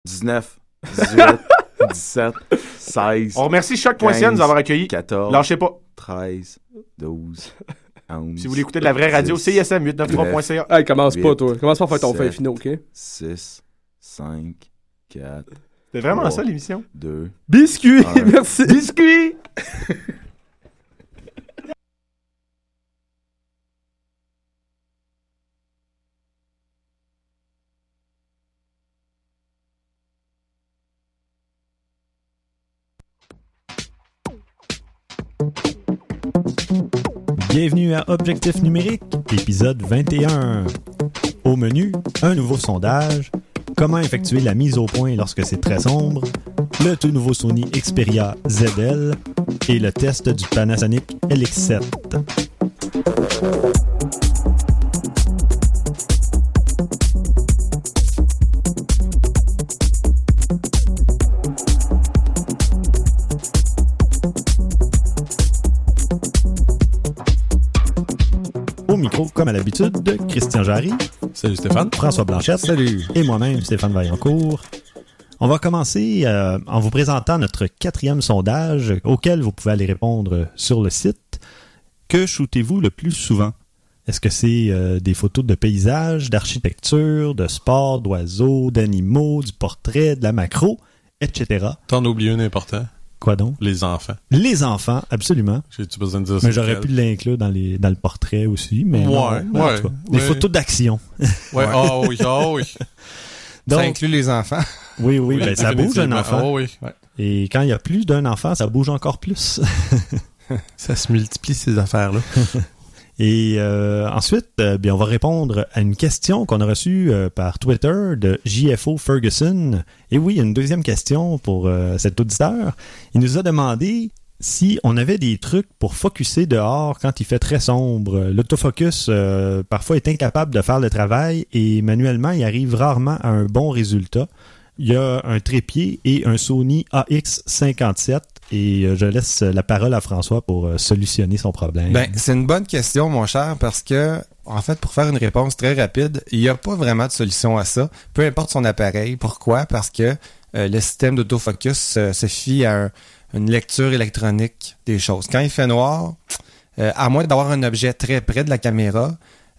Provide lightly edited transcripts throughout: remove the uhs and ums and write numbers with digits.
19, 18, 17, 16. On remercie Choc.ca de nous avoir accueillis. 14. Lâchez pas. 13, 12, 11. Si vous voulez écouter de la vraie radio, 10, CISM 893.ca. Hey, commence pas, 8, toi. Commence pas à faire ton 7, fin finaux, OK? 6, 5, 4, C'était vraiment 3, ça l'émission. 2. Biscuit! Ouais. Merci! Biscuit! Bienvenue à Objectif numérique, épisode 21. Au menu, un nouveau sondage, comment effectuer la mise au point lorsque c'est très sombre, le tout nouveau Sony Xperia ZL et le test du Panasonic LX7. Au micro, comme à l'habitude, Christian Jarry. Salut Stéphane. François Blanchette. Salut. Et moi-même, Stéphane Vaillancourt. On va commencer en vous présentant notre 4e sondage auquel vous pouvez aller répondre sur le site. Que shootez-vous le plus souvent? Est-ce que c'est des photos de paysages, d'architecture, de sport, d'oiseaux, d'animaux, du portrait, de la macro, etc.? T'en as oublié un important. Quoi donc? Les enfants. Les enfants, absolument. J'ai-tu besoin de dire ça? Mais j'aurais pu l'inclure dans le portrait aussi, mais non, Ouais, mais en ouais, tout cas, des ouais. photos d'action. Ouais, ah oui, ah oui. Donc, Ça inclut les enfants. oui, ben, ça bouge un définitivement. enfant. Oh, oui, ouais. Et quand il y a plus d'un enfant, ça bouge encore plus. Ça se multiplie ces affaires-là. Et ensuite, bien, on va répondre à une question qu'on a reçue par Twitter de JFO Ferguson. Et oui, il y a une deuxième question pour cet auditeur. Il nous a demandé si on avait des trucs pour focusser dehors quand il fait très sombre. L'autofocus, parfois, est incapable de faire le travail et manuellement, il arrive rarement à un bon résultat. Il y a un trépied et un Sony AX57 et je laisse la parole à François pour solutionner son problème. Ben, c'est une bonne question, mon cher, parce que, en fait, pour faire une réponse très rapide, il n'y a pas vraiment de solution à ça, peu importe son appareil. Pourquoi? Parce que le système d'autofocus se fie à une lecture électronique des choses. Quand il fait noir, à moins d'avoir un objet très près de la caméra,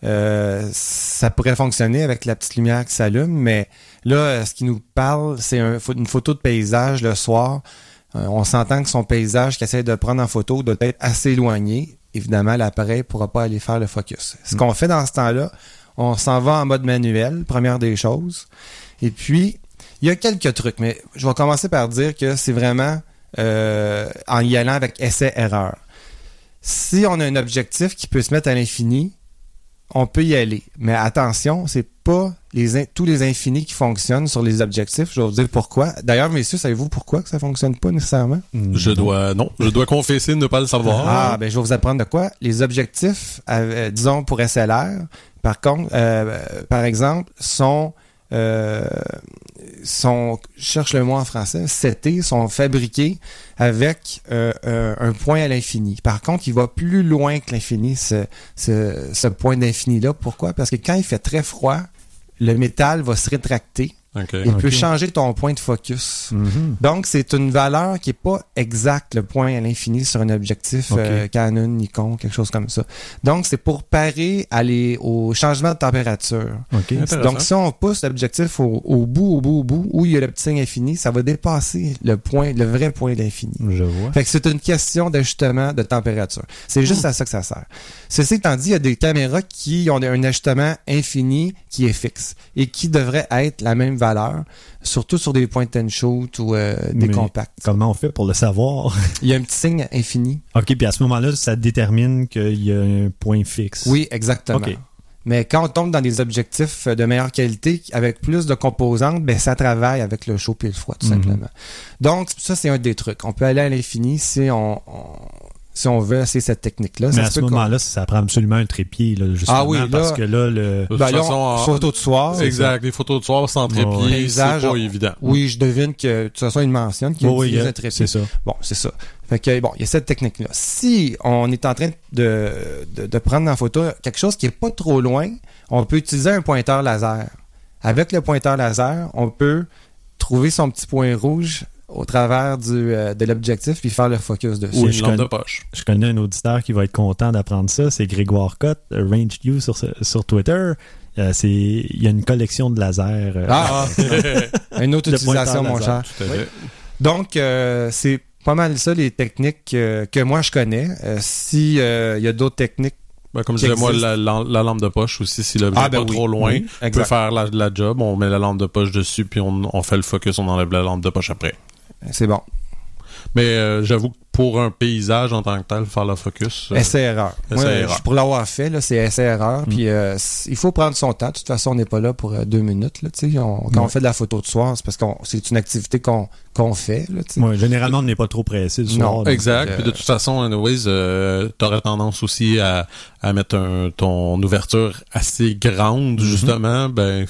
ça pourrait fonctionner avec la petite lumière qui s'allume, mais là, ce qui nous parle, c'est une photo de paysage le soir. On s'entend que son paysage qu'il essaie de prendre en photo doit être assez éloigné. Évidemment, l'appareil ne pourra pas aller faire le focus. Ce qu'on fait dans ce temps-là, on s'en va en mode manuel, première des choses. Et puis, il y a quelques trucs, mais je vais commencer par dire que c'est vraiment en y allant avec essai-erreur. Si on a un objectif qui peut se mettre à l'infini, on peut y aller. Mais attention, c'est pas tous les infinis qui fonctionnent sur les objectifs. Je vais vous dire pourquoi. D'ailleurs, messieurs, savez-vous pourquoi que ça fonctionne pas nécessairement? Je dois confesser de ne pas le savoir. Ah, ben je vais vous apprendre de quoi. Les objectifs, disons pour SLR, par contre, par exemple, sont cherche le mot en français, sont fabriqués avec un point à l'infini. Par contre, il va plus loin que l'infini, ce point d'infini-là. Pourquoi? Parce que quand il fait très froid, le métal va se rétracter. Okay. Il peut changer ton point de focus. Mm-hmm. Donc, c'est une valeur qui n'est pas exacte, le point à l'infini sur un objectif Canon, Nikon, quelque chose comme ça. Donc, c'est pour parer au changement de température. OK. Donc, si on pousse l'objectif au bout, où il y a le petit signe infini, ça va dépasser le vrai point d'infini. Je vois. Fait que c'est une question d'ajustement de température. C'est juste à ça que ça sert. Ceci étant dit, il y a des caméras qui ont un ajustement infini qui est fixe et qui devrait être la même valeur, surtout sur des point and shoot ou des compacts. Comment on fait pour le savoir? Il y a un petit signe infini. OK, puis à ce moment-là, ça détermine qu'il y a un point fixe. Oui, exactement. OK. Mais quand on tombe dans des objectifs de meilleure qualité, avec plus de composantes, ben ça travaille avec le chaud et le froid, tout simplement. Donc, ça, c'est un des trucs. On peut aller à l'infini si on veut essayer cette technique-là. Mais à ce moment-là, ça prend absolument un trépied, là, justement, ah oui, là, parce que là, De toute façon, photos de soir. Exact, des photos de soir sans trépied, Paysage, c'est pas évident. Oui, je devine que de toute façon, il mentionne qu'il utilise un trépied. C'est ça. Bon, c'est ça. Fait que, bon, il y a cette technique-là. Si on est en train de prendre en photo quelque chose qui est pas trop loin, on peut utiliser un pointeur laser. Avec le pointeur laser, on peut trouver son petit point rouge au travers de l'objectif puis faire le focus dessus. Ou une je lampe connais- de poche. Je connais un auditeur qui va être content d'apprendre ça, c'est Grégoire Cotte, RangeU sur Twitter. Il y a une collection de lasers. Une autre de utilisation, pointeur mon laser. cher. Tout à fait. Donc, c'est pas mal ça, les techniques que moi je connais. Si il y a d'autres techniques, Ben, comme je Qui disais, moi, existe. la lampe de poche aussi, si l'objet Ah, est ben pas oui. trop loin, Oui, on exact. peut faire la job, on met la lampe de poche dessus, puis on fait le focus, on enlève la lampe de poche après. c'est bon. Mais j'avoue que pour un paysage en tant que tel, faire le focus... Essai-erreur. Moi, essai-erreur. pour l'avoir fait, là, c'est essai-erreur. Puis il faut prendre son temps. De toute façon, on n'est pas là pour 2 minutes. Là, tu sais. Quand on fait de la photo de soir, c'est parce que c'est une activité qu'on fait. Là, tu sais. Ouais, généralement, on n'est pas trop pressé le Non, soir. donc, Exact. Puis de toute façon, anyways, t'aurais tendance aussi à mettre ton ouverture assez grande, justement.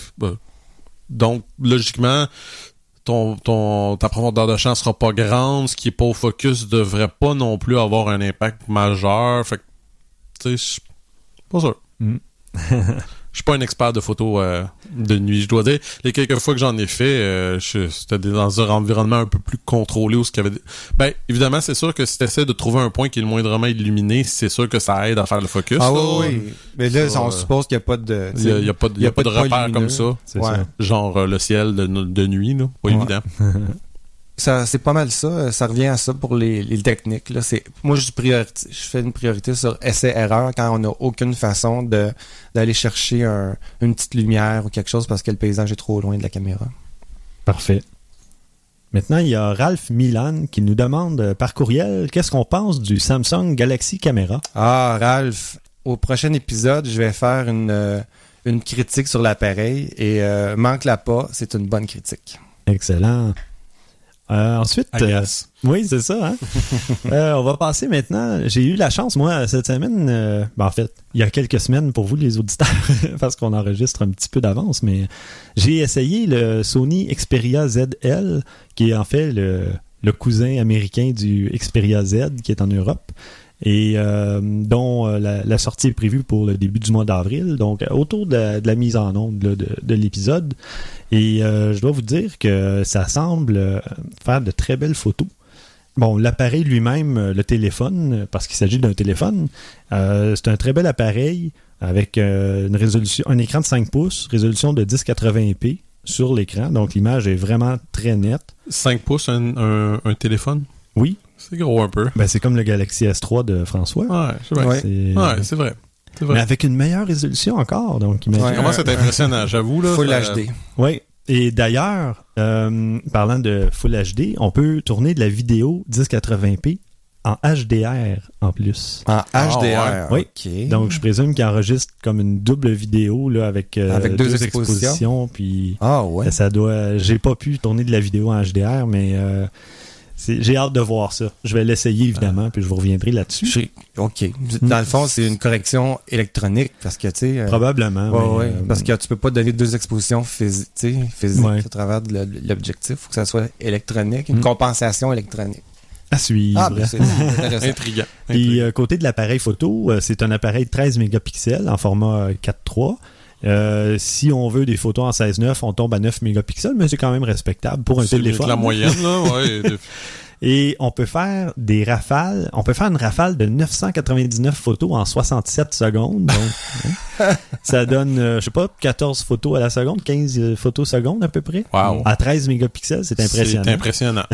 Donc, logiquement, ta profondeur de champ sera pas grande, ce qui est pas au focus devrait pas non plus avoir un impact majeur. Fait que, tu sais, je suis pas sûr. Je suis pas un expert de photos de nuit, je dois dire. Les quelques fois que j'en ai fait, c'était dans un environnement un peu plus contrôlé où ce qu'il y avait... Ben, évidemment, c'est sûr que si tu essaies de trouver un point qui est le moindrement illuminé, c'est sûr que ça aide à faire le focus. Ah là. oui. Mais là, Ça, on suppose qu'il n'y a pas de... Il y a pas de point repère lumineux. comme ça. c'est Ouais. ça. Genre le ciel de nuit, là. Pas Ouais. évident. Ça, c'est pas mal ça. Ça revient à ça pour les techniques. Là. Moi, je fais une priorité sur essai-erreur quand on n'a aucune façon d'aller chercher une petite lumière ou quelque chose parce que le paysage est trop loin de la caméra. Parfait. Maintenant, il y a Ralph Milan qui nous demande par courriel qu'est-ce qu'on pense du Samsung Galaxy Camera. Ah, Ralph, au prochain épisode, je vais faire une critique sur l'appareil et manque-la pas, c'est une bonne critique. Excellent. Ensuite, Agace. oui, c'est ça. Hein? On va passer maintenant. J'ai eu la chance, moi, cette semaine, en fait, il y a quelques semaines pour vous, les auditeurs, parce qu'on enregistre un petit peu d'avance, mais j'ai essayé le Sony Xperia ZL, qui est en fait le cousin américain du Xperia Z, qui est en Europe, et dont la sortie est prévue pour le début du mois d'avril, donc autour de la mise en onde là, de l'épisode. Et je dois vous dire que ça semble faire de très belles photos. Bon, l'appareil lui-même, le téléphone, parce qu'il s'agit d'un téléphone, c'est un très bel appareil avec une résolution, un écran de 5 pouces, résolution de 1080p sur l'écran, donc l'image est vraiment très nette. 5 pouces, un téléphone? Oui, C'est gros un peu. ben c'est comme le Galaxy S3 de François. Ouais, c'est vrai. Ouais. C'est- Ouais, c'est vrai. C'est mais vrai. avec une meilleure résolution encore, donc imagine. Ouais. Comment c'est impressionnant, j'avoue, là. Full ça- HD. Oui. Et d'ailleurs, parlant de Full HD, on peut tourner de la vidéo 1080p en HDR en plus. En HDR. ouais. OK. Donc, je présume qu'il enregistre comme une double vidéo là, avec deux expositions. Puis Ah ouais. ça doit. J'ai pas pu tourner de la vidéo en HDR, mais j'ai hâte de voir ça. Je vais l'essayer évidemment, puis je vous reviendrai là-dessus. OK. Dans le fond, c'est une correction électronique parce que, tu sais... Probablement. Ouais, mais, ouais, parce que tu peux pas donner deux expositions physiques Ouais. à travers de l'objectif. Il faut que ça soit électronique, une compensation électronique. à suivre. Ah, ben c'est intéressant. Intriguant. Puis côté de l'appareil photo, c'est un appareil de 13 mégapixels en format 4.3. Si on veut des photos en 16:9, on tombe à 9 mégapixels, mais c'est quand même respectable pour un C'est mieux que téléphone. la moyenne, là, ouais. Et on peut faire des rafales. On peut faire une rafale de 999 photos en 67 secondes. Donc, ça donne, je sais pas, 14 photos à la seconde, 15 photos secondes à peu près. Wow. À 13 mégapixels, c'est impressionnant. C'est impressionnant.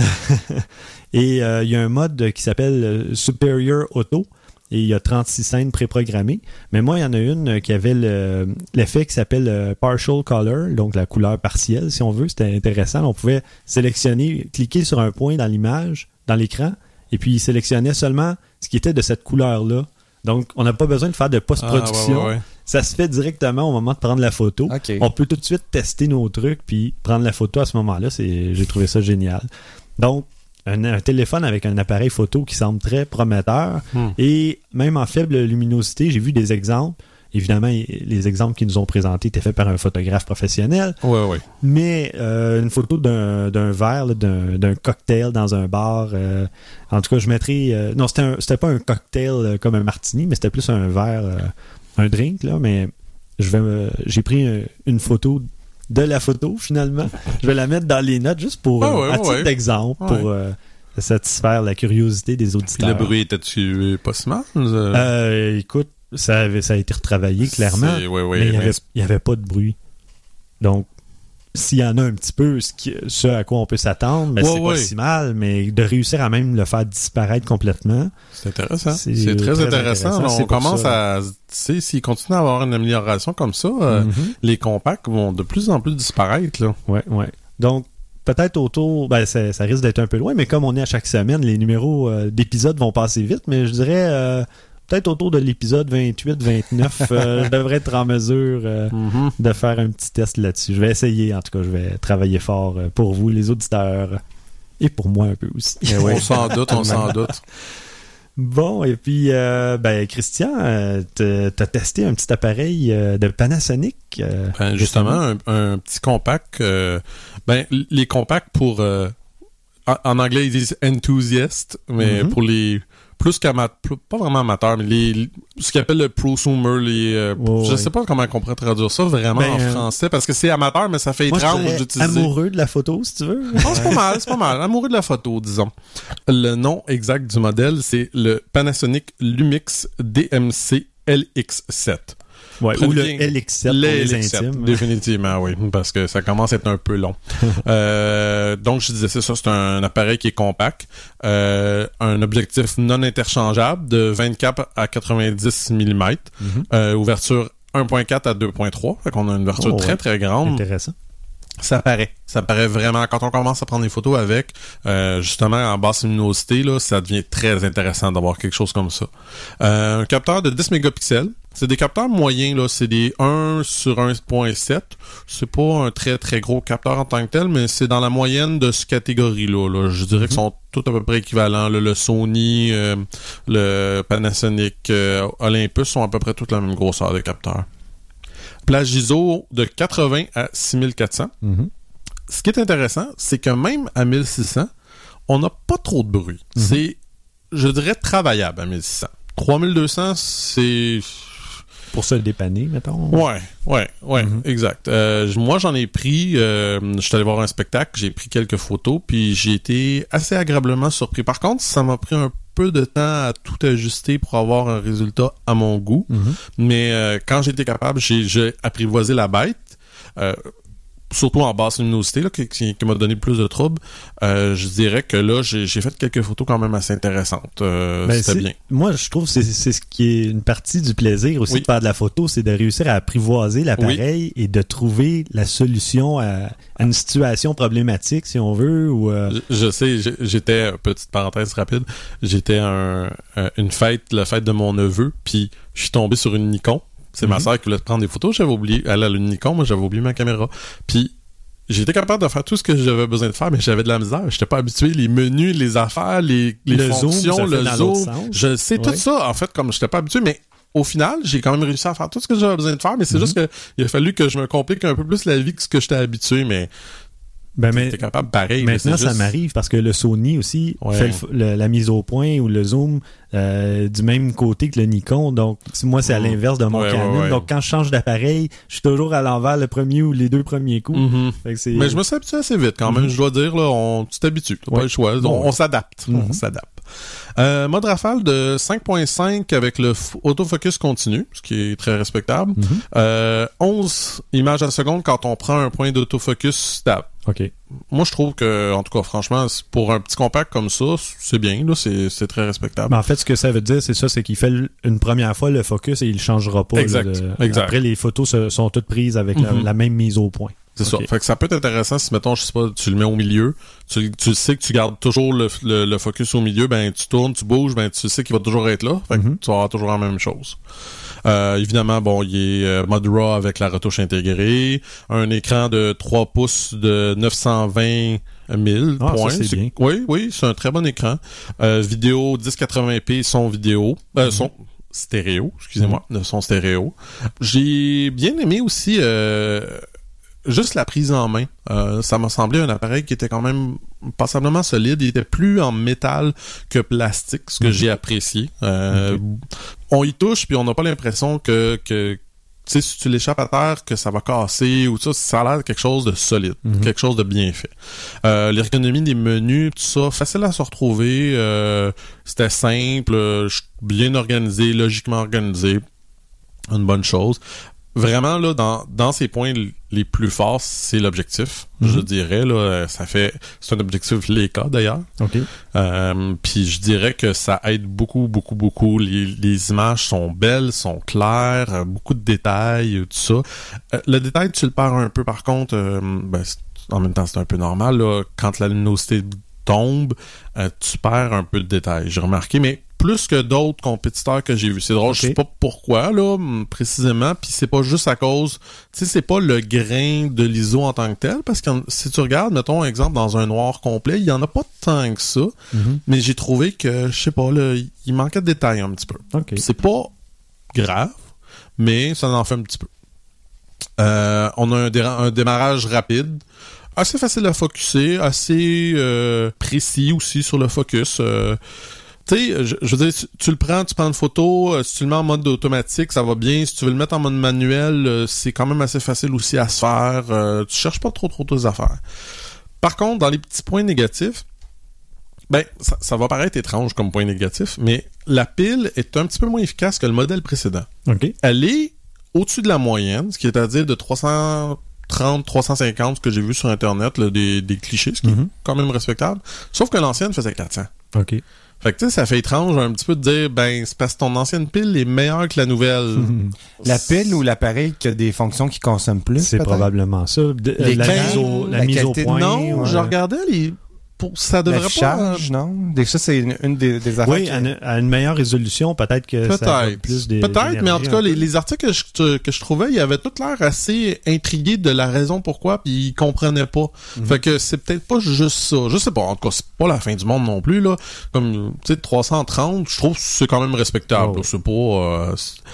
Et il y a un mode qui s'appelle Superior Auto. Et il y a 36 scènes préprogrammées. Mais moi, il y en a une qui avait l'effet qui s'appelle Partial Color, donc la couleur partielle, si on veut. C'était intéressant. On pouvait sélectionner, cliquer sur un point dans l'image, dans l'écran, et puis il sélectionnait seulement ce qui était de cette couleur-là. Donc, on n'a pas besoin de faire de post-production. ouais. Ça se fait directement au moment de prendre la photo. OK. On peut tout de suite tester nos trucs puis prendre la photo à ce moment-là. J'ai trouvé ça génial. Donc, un téléphone avec un appareil photo qui semble très prometteur et même en faible luminosité, j'ai vu des exemples. Évidemment, les exemples qu'ils nous ont présentés étaient faits par un photographe professionnel, Ouais. mais une photo d'un verre, là, d'un cocktail dans un bar. En tout cas, je mettrais... non, c'était pas un cocktail comme un martini, mais c'était plus un verre, un drink, là, mais j'ai pris une photo de la photo, finalement. Je vais la mettre dans les notes juste pour, à titre d'exemple, pour satisfaire la curiosité des auditeurs. Le bruit était-tu pas si mal? Écoute, ça a été retravaillé, clairement, mais il n'y avait pas de bruit. Donc, s'il y en a un petit peu, ce à quoi on peut s'attendre, mais c'est pas si mal, mais de réussir à même le faire disparaître complètement. C'est intéressant. C'est très intéressant. On commence à... Tu sais, s'il continue à avoir une amélioration comme ça, les compacts vont de plus en plus disparaître, là. Ouais. Donc, peut-être autour... ça risque d'être un peu loin, mais comme on est à chaque semaine, les numéros d'épisodes vont passer vite, mais je dirais... peut-être autour de l'épisode 28-29, je devrais être en mesure de faire un petit test là-dessus. Je vais essayer, en tout cas, je vais travailler fort pour vous, les auditeurs, et pour moi un peu aussi. On s'en doute. Bon, et puis, Christian, t'as testé un petit appareil de Panasonic. Justement, un petit compact. Les compacts pour... en anglais, ils disent « enthusiast », mais pour les... plus qu'amateur, pas vraiment amateur, mais ce qu'ils appellent le prosumer, je sais pas comment on pourrait traduire ça vraiment en français, parce que c'est amateur, mais ça fait étrange d'utiliser. Amoureux de la photo, si tu veux. Non, c'est pas mal. Amoureux de la photo, disons. Le nom exact du modèle, c'est le Panasonic Lumix DMC LX7. Ouais, ou le LX7 pour les intimes. Définitivement, oui, parce que ça commence à être un peu long. Donc, je disais, c'est un appareil qui est compact, un objectif non interchangeable de 24 à 90 mm, ouverture 1.4 à 2.3, fait qu'on a une ouverture très, très grande. Intéressant. Ça paraît vraiment, quand on commence à prendre des photos avec, justement, en basse luminosité, là, ça devient très intéressant d'avoir quelque chose comme ça. Un capteur de 10 mégapixels. C'est des capteurs moyens, là. C'est des 1 sur 1.7. C'est pas un très, très gros capteur en tant que tel, mais c'est dans la moyenne de cette catégorie-là, là. Je dirais qu'ils sont tous à peu près équivalents, là. Le Sony, le Panasonic, Olympus sont à peu près toutes la même grosseur de capteurs. Plage ISO de 80 à 6400. Ce qui est intéressant, c'est que même à 1600, on n'a pas trop de bruit. C'est, je dirais, travaillable à 1600. 3200, c'est... Pour se dépanner, mettons. Ouais, exact. Moi, j'en ai pris... je suis allé voir un spectacle, j'ai pris quelques photos, puis j'ai été assez agréablement surpris. Par contre, ça m'a pris un peu de temps à tout ajuster pour avoir un résultat à mon goût. Mais quand j'ai été capable, j'ai apprivoisé la bête. Surtout en basse luminosité, là, qui m'a donné plus de troubles. Je dirais que là, j'ai fait quelques photos quand même assez intéressantes. C'était bien. Moi, je trouve que c'est ce qui est une partie du plaisir aussi de faire de la photo, c'est de réussir à apprivoiser l'appareil et de trouver la solution à une situation problématique, si on veut. Ou Je sais, j'étais, petite parenthèse rapide, j'étais à une fête, la fête de mon neveu, puis je suis tombé sur une Nikon. C'est ma sœur qui voulait prendre des photos. J'avais oublié. Elle a le Nikon, moi j'avais oublié ma caméra. Puis j'étais capable de faire tout ce que j'avais besoin de faire, mais j'avais de la misère. J'étais pas habitué. Les menus, les affaires, les fonctions, le zoom. Je sais tout ça, en fait, comme j'étais pas habitué, mais au final, j'ai quand même réussi à faire tout ce que j'avais besoin de faire, mais c'est juste qu'il a fallu que je me complique un peu plus la vie que ce que j'étais habitué, mais t'es capable pareil. Maintenant, ça m'arrive parce que le Sony aussi fait la mise au point ou le zoom du même côté que le Nikon. Donc, moi, c'est à l'inverse de mon Canon. Donc, quand je change d'appareil, je suis toujours à l'envers le premier ou les deux premiers coups. Fait que mais je me suis habitué assez vite quand même. Je dois dire, là, tu t'habitues. T'as pas le choix. On s'adapte. On s'adapte. Mode rafale de 5.5 avec le autofocus continu, ce qui est très respectable. 11 images à seconde quand on prend un point d'autofocus stable. OK. Moi, je trouve que, en tout cas, franchement, pour un petit compact comme ça, c'est bien, là, c'est très respectable. Mais en fait, ce que ça veut dire, c'est qu'il fait une première fois le focus et il changera pas. Exact. Après, les photos sont toutes prises avec la même mise au point. C'est ça. Fait que ça peut être intéressant si, mettons, je sais pas, tu le mets au milieu, tu sais que tu gardes toujours le focus au milieu, ben tu tournes, tu bouges, ben tu sais qu'il va toujours être là. Fait que tu vas avoir toujours la même chose. Évidemment, bon, il est mode RAW avec la retouche intégrée, un écran de 3 pouces de 920 000 points. Ça, c'est bien. Oui, c'est un très bon écran. Vidéo 1080p, son vidéo, son stéréo, excusez-moi, son stéréo. J'ai bien aimé aussi juste la prise en main. Ça m'a semblé un appareil qui était quand même passablement solide. Il était plus en métal que plastique, ce que j'ai apprécié. On y touche, puis on n'a pas l'impression que sais, si tu l'échappes à terre, que ça va casser ou ça a l'air de quelque chose de solide, quelque chose de bien fait. L'ergonomie des menus, tout ça, facile à se retrouver. C'était simple, bien organisé, logiquement organisé. Une bonne chose. Vraiment, là, dans ces points les plus forts, c'est l'objectif. Je dirais, là, c'est un objectif Leica, d'ailleurs. OK. Puis je dirais que ça aide beaucoup, beaucoup, beaucoup. Les images sont belles, sont claires, beaucoup de détails, tout ça. Le détail, tu le perds un peu, par contre, en même temps, c'est un peu normal, là. Quand la luminosité tombe, tu perds un peu de détails. J'ai remarqué, mais plus que d'autres compétiteurs que j'ai vus. C'est drôle, je sais pas pourquoi, là, précisément, puis c'est pas juste à cause, tu sais, c'est pas le grain de l'ISO en tant que tel, parce que si tu regardes, mettons, un exemple, dans un noir complet, il y en a pas tant que ça, mais j'ai trouvé que, je sais pas, là, il manquait de détails un petit peu. Okay. C'est pas grave, mais ça en fait un petit peu. On a un démarrage rapide, assez facile à focusser, assez précis aussi sur le focus. Tu sais, je veux dire, tu prends une photo, si tu le mets en mode automatique, ça va bien. Si tu veux le mettre en mode manuel, c'est quand même assez facile aussi à se faire. Tu cherches pas trop tes affaires. Par contre, dans les petits points négatifs, ça va paraître étrange comme point négatif, mais la pile est un petit peu moins efficace que le modèle précédent. OK. Elle est au-dessus de la moyenne, ce qui est à dire de 330, 350, ce que j'ai vu sur Internet, là, des clichés, ce qui est quand même respectable. Sauf que l'ancienne faisait 400. OK. Fait que tu sais, ça fait étrange un petit peu de dire, c'est parce que ton ancienne pile est meilleure que la nouvelle. La pile ou l'appareil qui a des fonctions qui consomment plus, c'est peut-être? probablement ça. La mise au qualité point. Non, je regardais ça devrait l'affichage, non? Ça, c'est une des affaires. Oui, à une meilleure résolution, peut-être que ça a plus Peut-être, mais en tout cas, les articles que je trouvais, ils avaient tout l'air assez intrigués de la raison pourquoi, puis ils comprenaient pas. Fait que c'est peut-être pas juste ça. Je sais pas, en tout cas, c'est pas la fin du monde non plus, là. Comme, tu sais, 330, je trouve que c'est quand même respectable. Oh. C'est pas...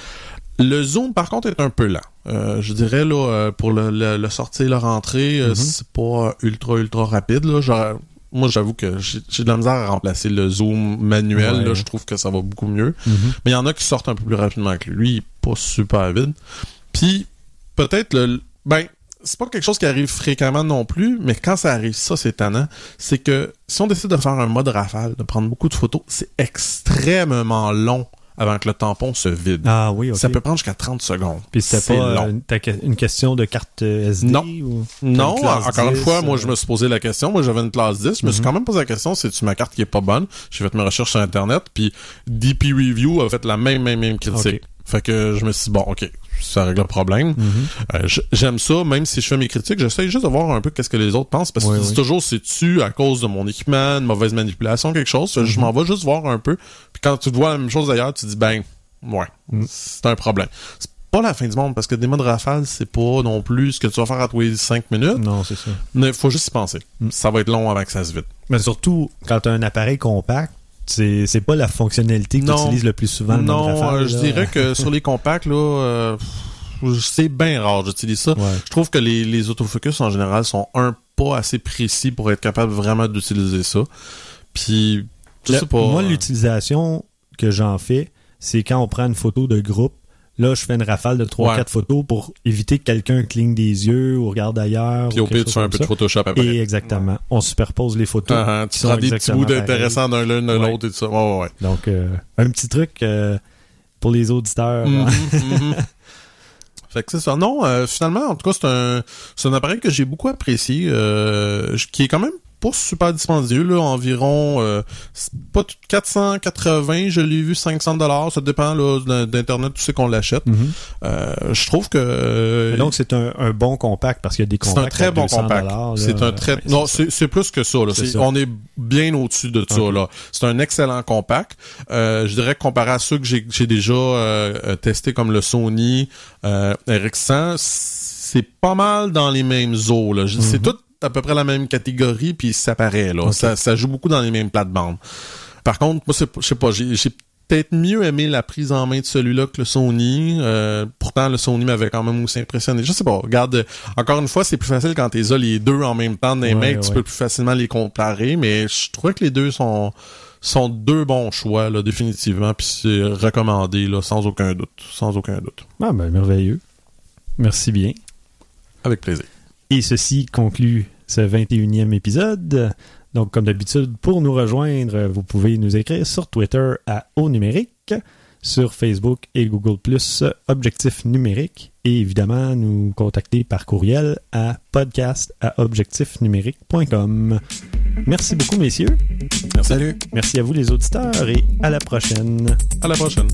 Le zoom, par contre, est un peu lent. Je dirais, là, pour le sortir, le rentrer, c'est pas ultra rapide, là. Moi, j'avoue que j'ai de la misère à remplacer le zoom manuel. Ouais. Là, je trouve que ça va beaucoup mieux. Mais il y en a qui sortent un peu plus rapidement que lui. Il est pas super vite. Puis, peut-être, c'est pas quelque chose qui arrive fréquemment non plus, mais quand ça arrive, ça, c'est étonnant. C'est que si on décide de faire un mode rafale, de prendre beaucoup de photos, c'est extrêmement long avant que le tampon se vide. Ah oui, OK. Ça peut prendre jusqu'à 30 secondes. Puis c'était pas une question de carte SD? Non. Ou Non, classe encore 10, une fois, moi, je me suis posé la question. Moi, j'avais une classe 10. Je me suis quand même posé la question, c'est-tu ma carte qui est pas bonne? J'ai fait mes recherches sur Internet, puis DP Review a fait la même critique. Okay. Fait que je me suis dit, bon, OK, ça règle le problème. J'aime ça, même si je fais mes critiques, j'essaie juste de voir un peu qu'est-ce que les autres pensent, parce que c'est toujours, c'est-tu à cause de mon équipement, une mauvaise manipulation, quelque chose. Je m'en vais juste voir un peu. Puis quand tu te vois la même chose d'ailleurs, tu te dis, c'est un problème. C'est pas la fin du monde, parce que des modes rafale, c'est pas non plus ce que tu vas faire à tous les 5 minutes. Non, c'est ça. Mais faut juste y penser. Ça va être long avant que ça se vide. Mais surtout, quand tu as un appareil compact, c'est pas la fonctionnalité que tu utilises le plus souvent. Je dirais que sur les compacts, là, c'est bien rare j'utilise ça. Ouais. Je trouve que les autofocus, en général, sont pas assez précis pour être capable vraiment d'utiliser ça. Puis, je sais pas. Moi, l'utilisation que j'en fais, c'est quand on prend une photo de groupe. Là, je fais une rafale de 3-4 photos pour éviter que quelqu'un cligne des yeux ou regarde ailleurs. Puis au pire, tu fais un peu de Photoshop après. Et exactement. Ouais. On superpose les photos. Tu prends des petits bouts intéressants d'un l'un de l'autre et tout ça. Ouais. Donc, un petit truc pour les auditeurs. Fait que c'est ça. Non, finalement, en tout cas, c'est un appareil que j'ai beaucoup apprécié, qui est quand même pas super dispendieux, là, environ pas 480, je l'ai vu $500, ça dépend là, d'Internet, tu sais qu'on l'achète. Je trouve que... donc c'est un bon compact, parce qu'il y a des compacts. C'est un très bon compact. C'est un très... Non, c'est plus que ça. Là. On est bien au-dessus de ça. Là. C'est un excellent compact. Je dirais que comparé à ceux que j'ai déjà testé, comme le Sony RX100, c'est pas mal dans les mêmes eaux. Là. C'est tout à peu près la même catégorie, puis ça paraît, là. Okay. Ça joue beaucoup dans les mêmes plates-bandes. Par contre, moi, je sais pas, j'ai peut-être mieux aimé la prise en main de celui-là que le Sony. Pourtant, le Sony m'avait quand même aussi impressionné. Je sais pas, regarde, encore une fois, c'est plus facile quand t'es les deux en même temps dans les mains, tu peux plus facilement les comparer, mais je trouvais que les deux sont deux bons choix, là, définitivement, puis c'est recommandé, là, sans aucun doute. Ah, ben, merveilleux. Merci bien. Avec plaisir. Et ceci conclut ce 21e épisode. Donc, comme d'habitude, pour nous rejoindre, vous pouvez nous écrire sur Twitter à Au Numérique, sur Facebook et Google+, Objectif Numérique, et évidemment, nous contacter par courriel à podcast@objectifnumérique.com. Merci beaucoup, messieurs. Merci. Salut! Merci à vous, les auditeurs, et à la prochaine. À la prochaine.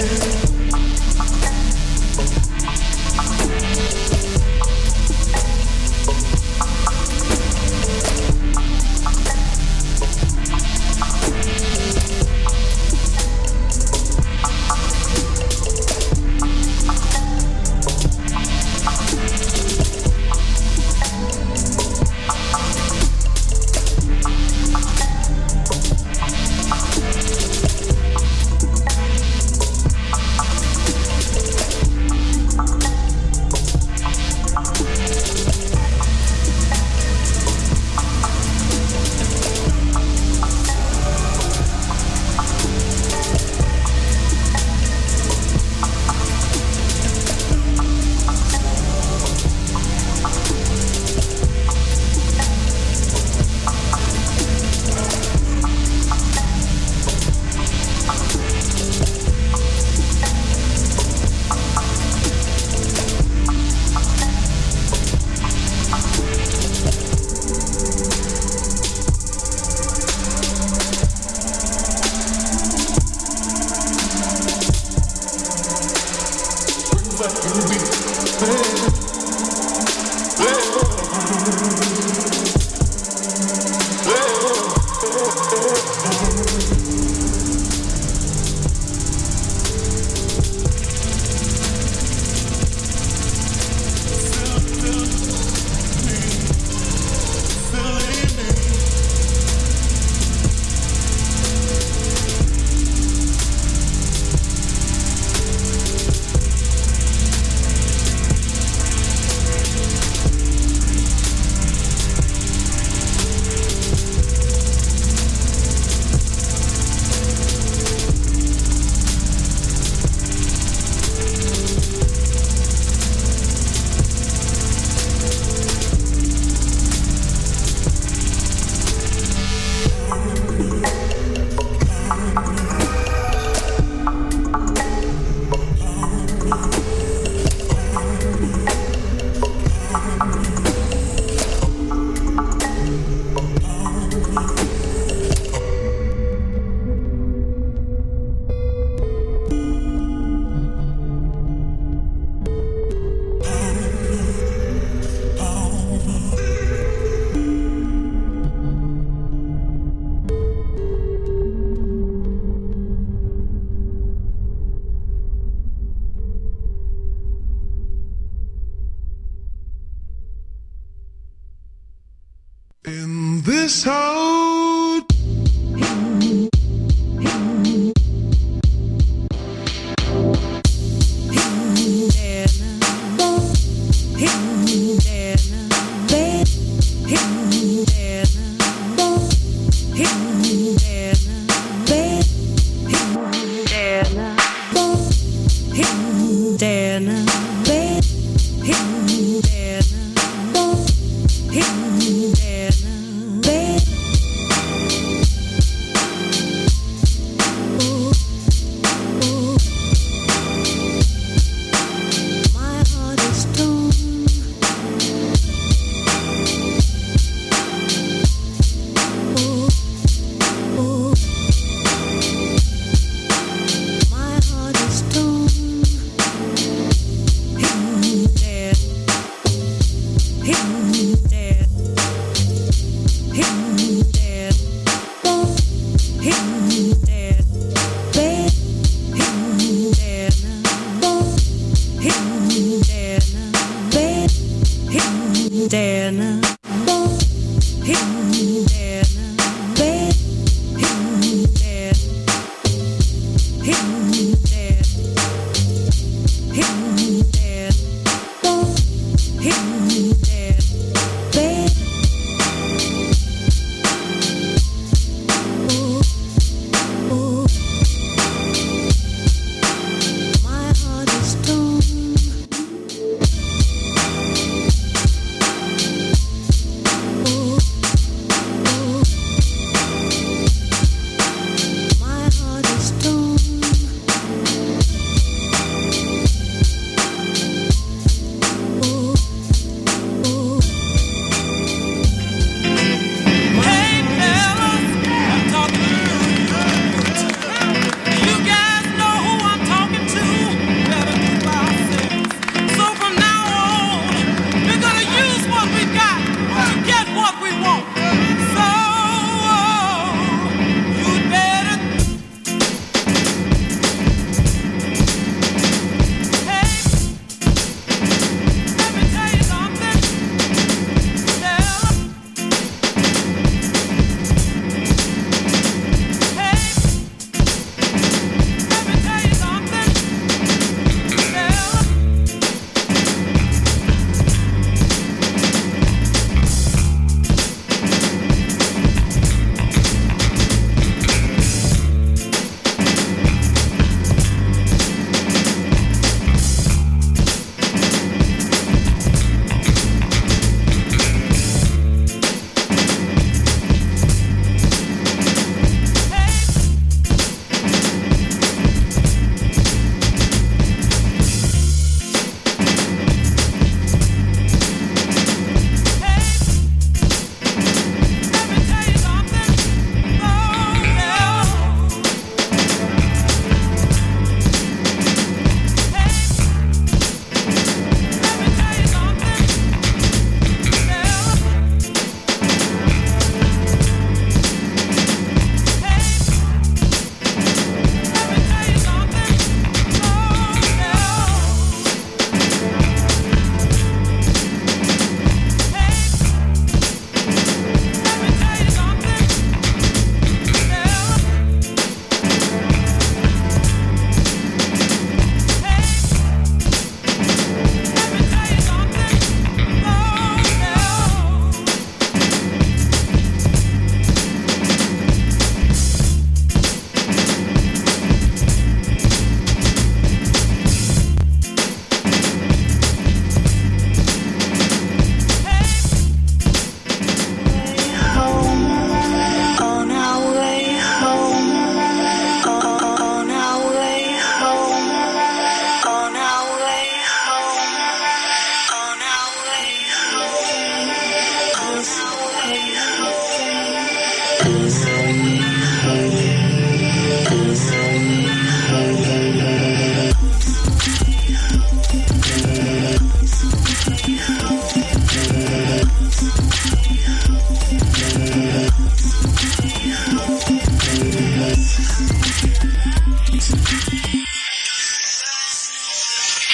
In this house.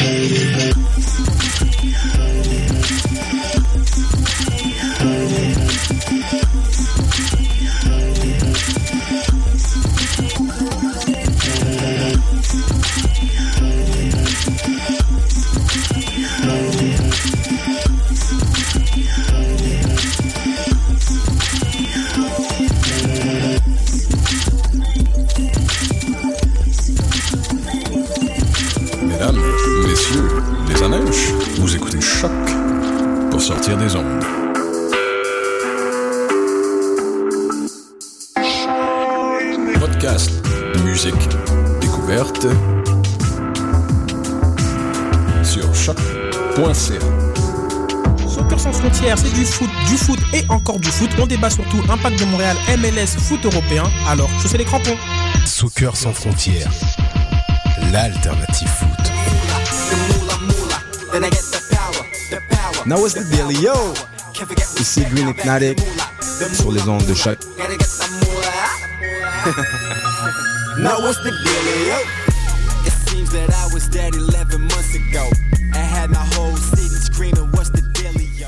Mesdames, messieurs, les Anèches, vous écoutez Choc pour sortir des ondes. Podcast, musique, découverte sur choc.ca. Soccer sans frontières, c'est du foot et encore du foot. On débat surtout Impact de Montréal, MLS, foot européen. Alors, chaussez les crampons. Soccer sans frontières, l'alternative foot. Now what's the deal, yo? Ici Green Hypnotic sur les ondes de Choc. Now what's the deal, yo? It seems that I was dead 11 months ago. I had my whole city screaming, what's the deal, yo?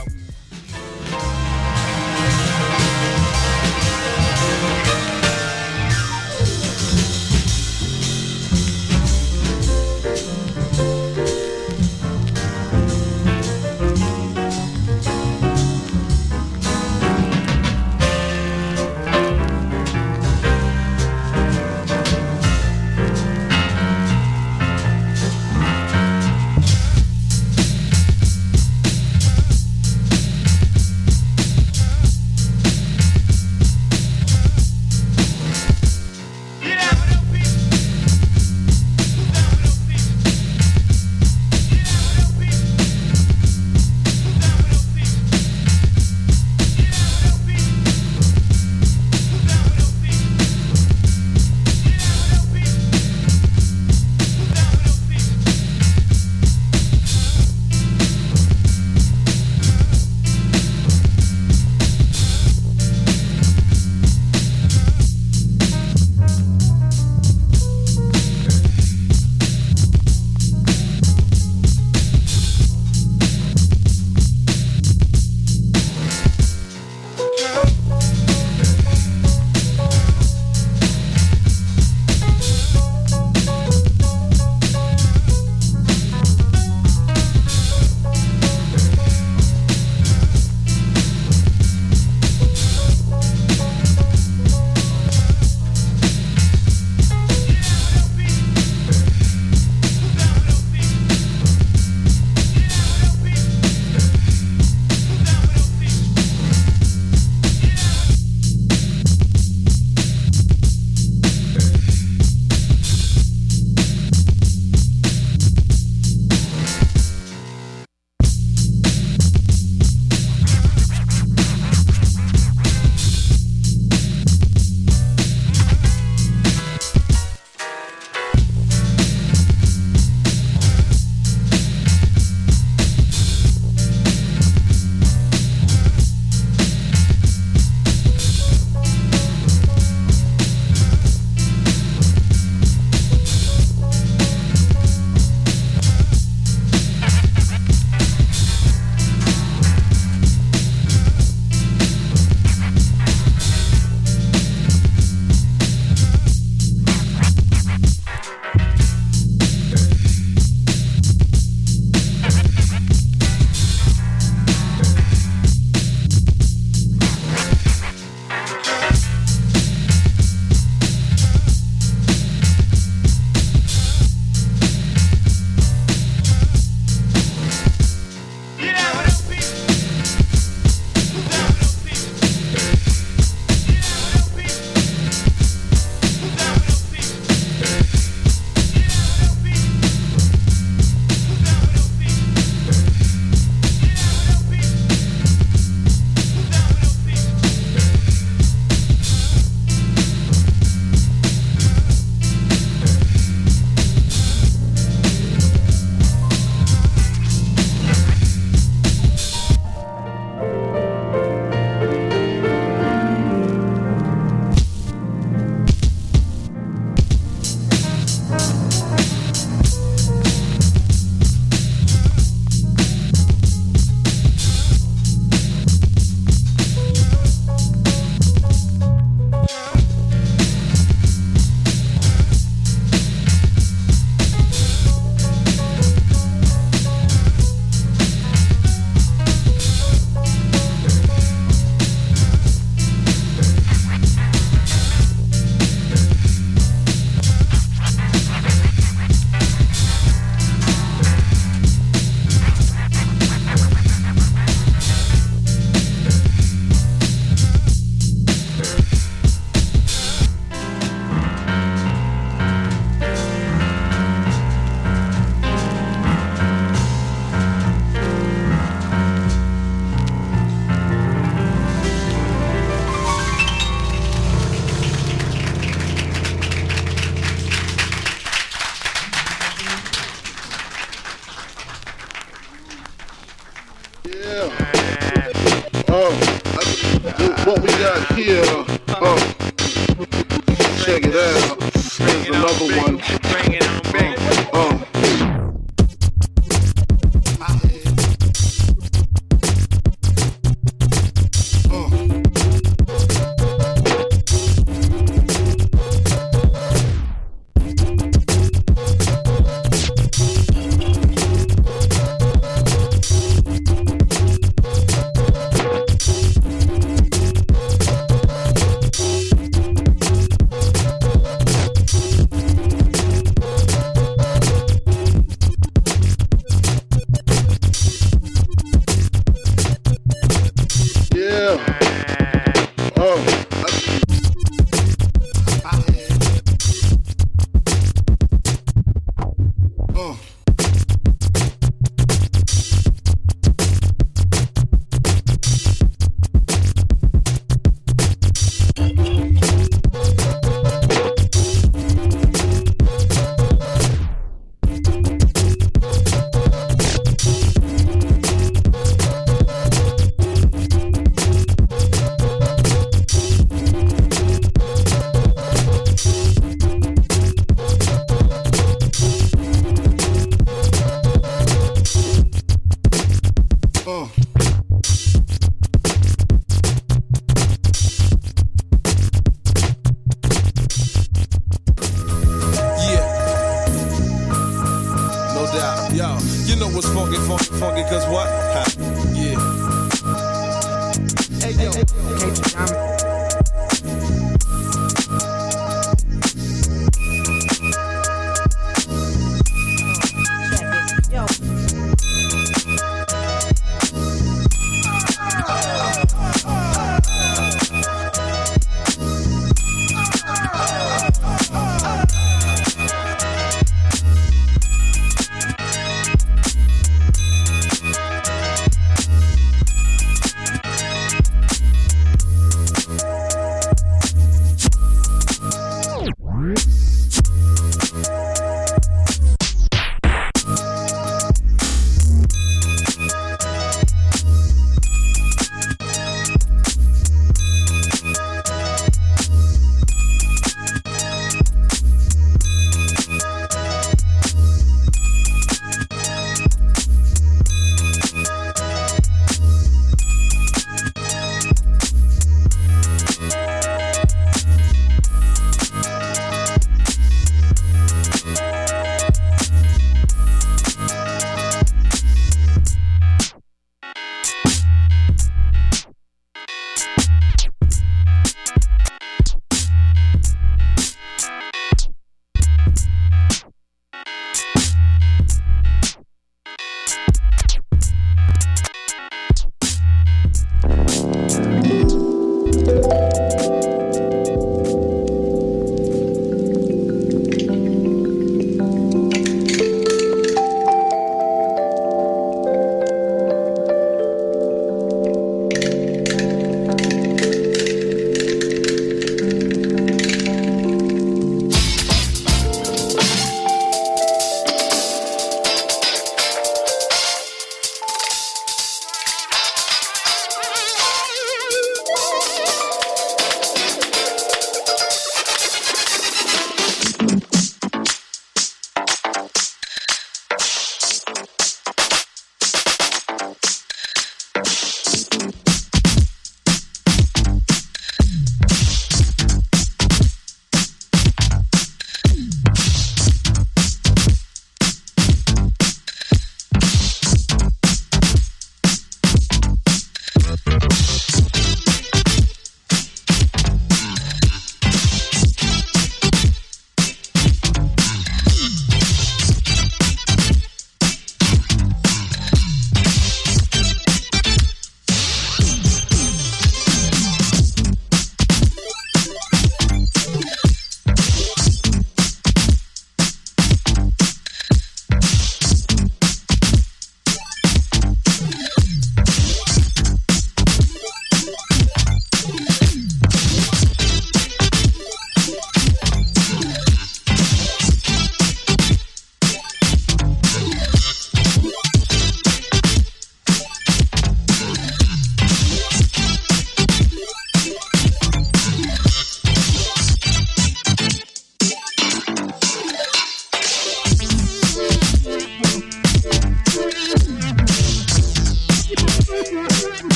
What we got here, check it out. Here's another one. Bring it on, baby.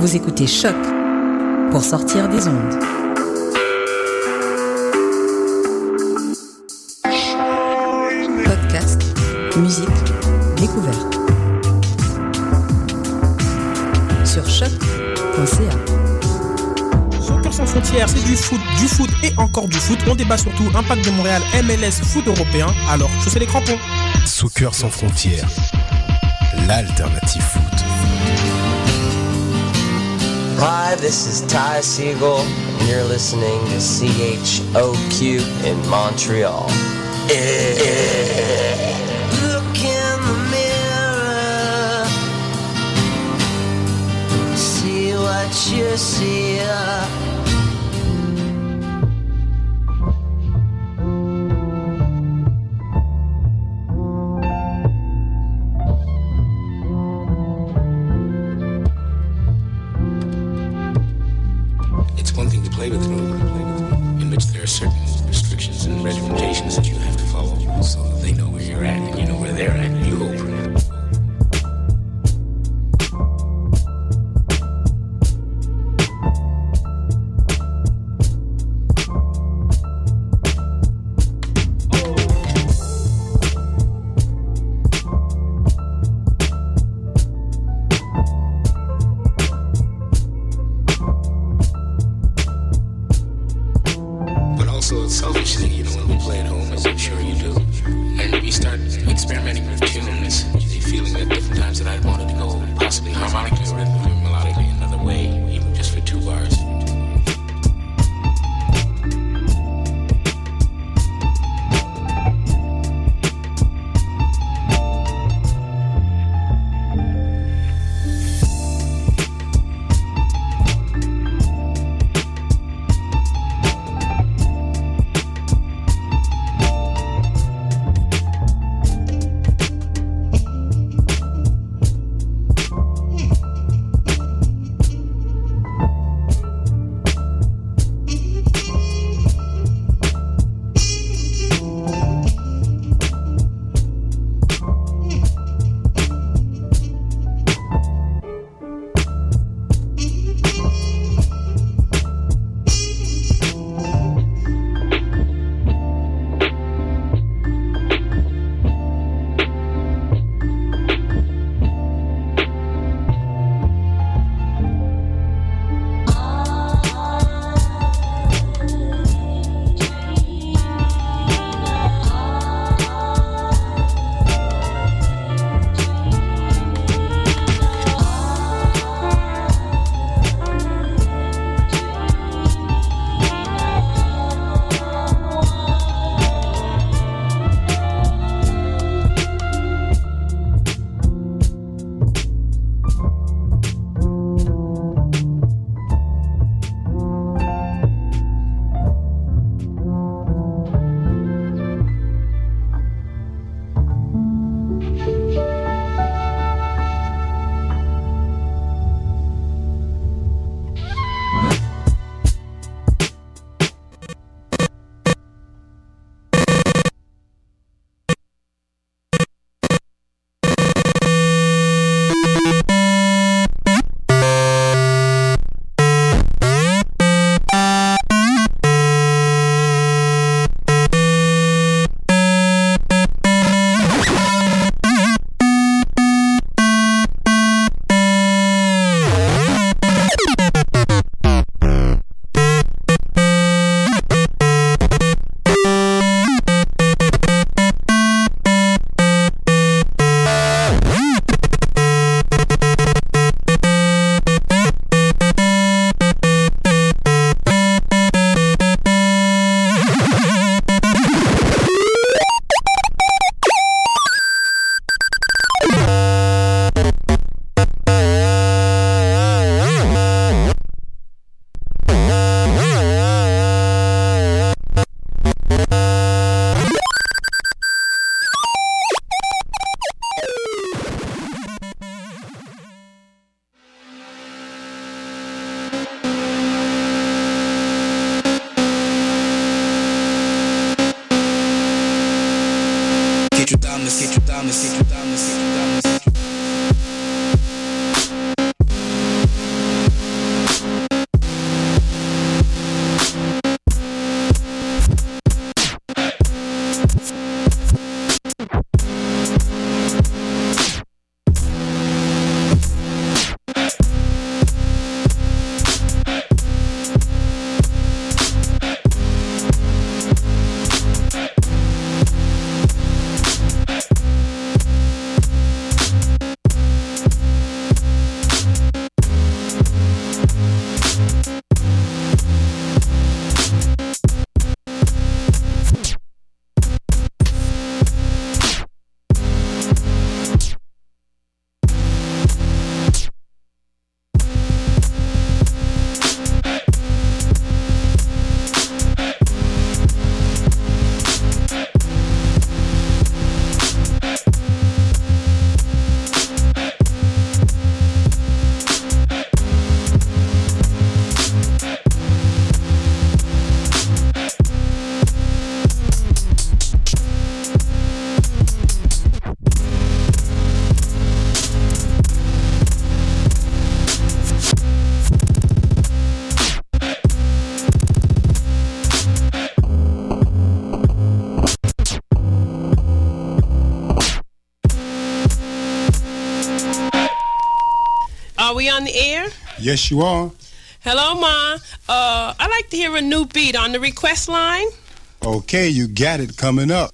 Vous écoutez Choc pour sortir des ondes. Podcast, musique, découverte. Sur choc.ca. Soccer sans frontières, c'est du foot et encore du foot. On débat surtout impact de Montréal, MLS, foot européen. Alors, chaussez les crampons. Soccer sans frontières, l'alternative foot. Hi, this is Ty Siegel, and you're listening to CHOQ in Montreal. Look in the mirror, see what you see. It's one thing to play with the movie, in which there are certain restrictions and regimentations that you have to follow, so that they know where you're at and you know where they're at, you hope. But also it's selfish thing, you know, when we play at home, as I'm sure you do, and we start experimenting with tunes, the feeling that different times that I wanted to go possibly harmonically or rhythmically or melodically another way, even just for 2 bars. Are we on the air? Yes, you are. Hello, Ma. I'd like to hear a new beat on the request line. Okay, you got it coming up.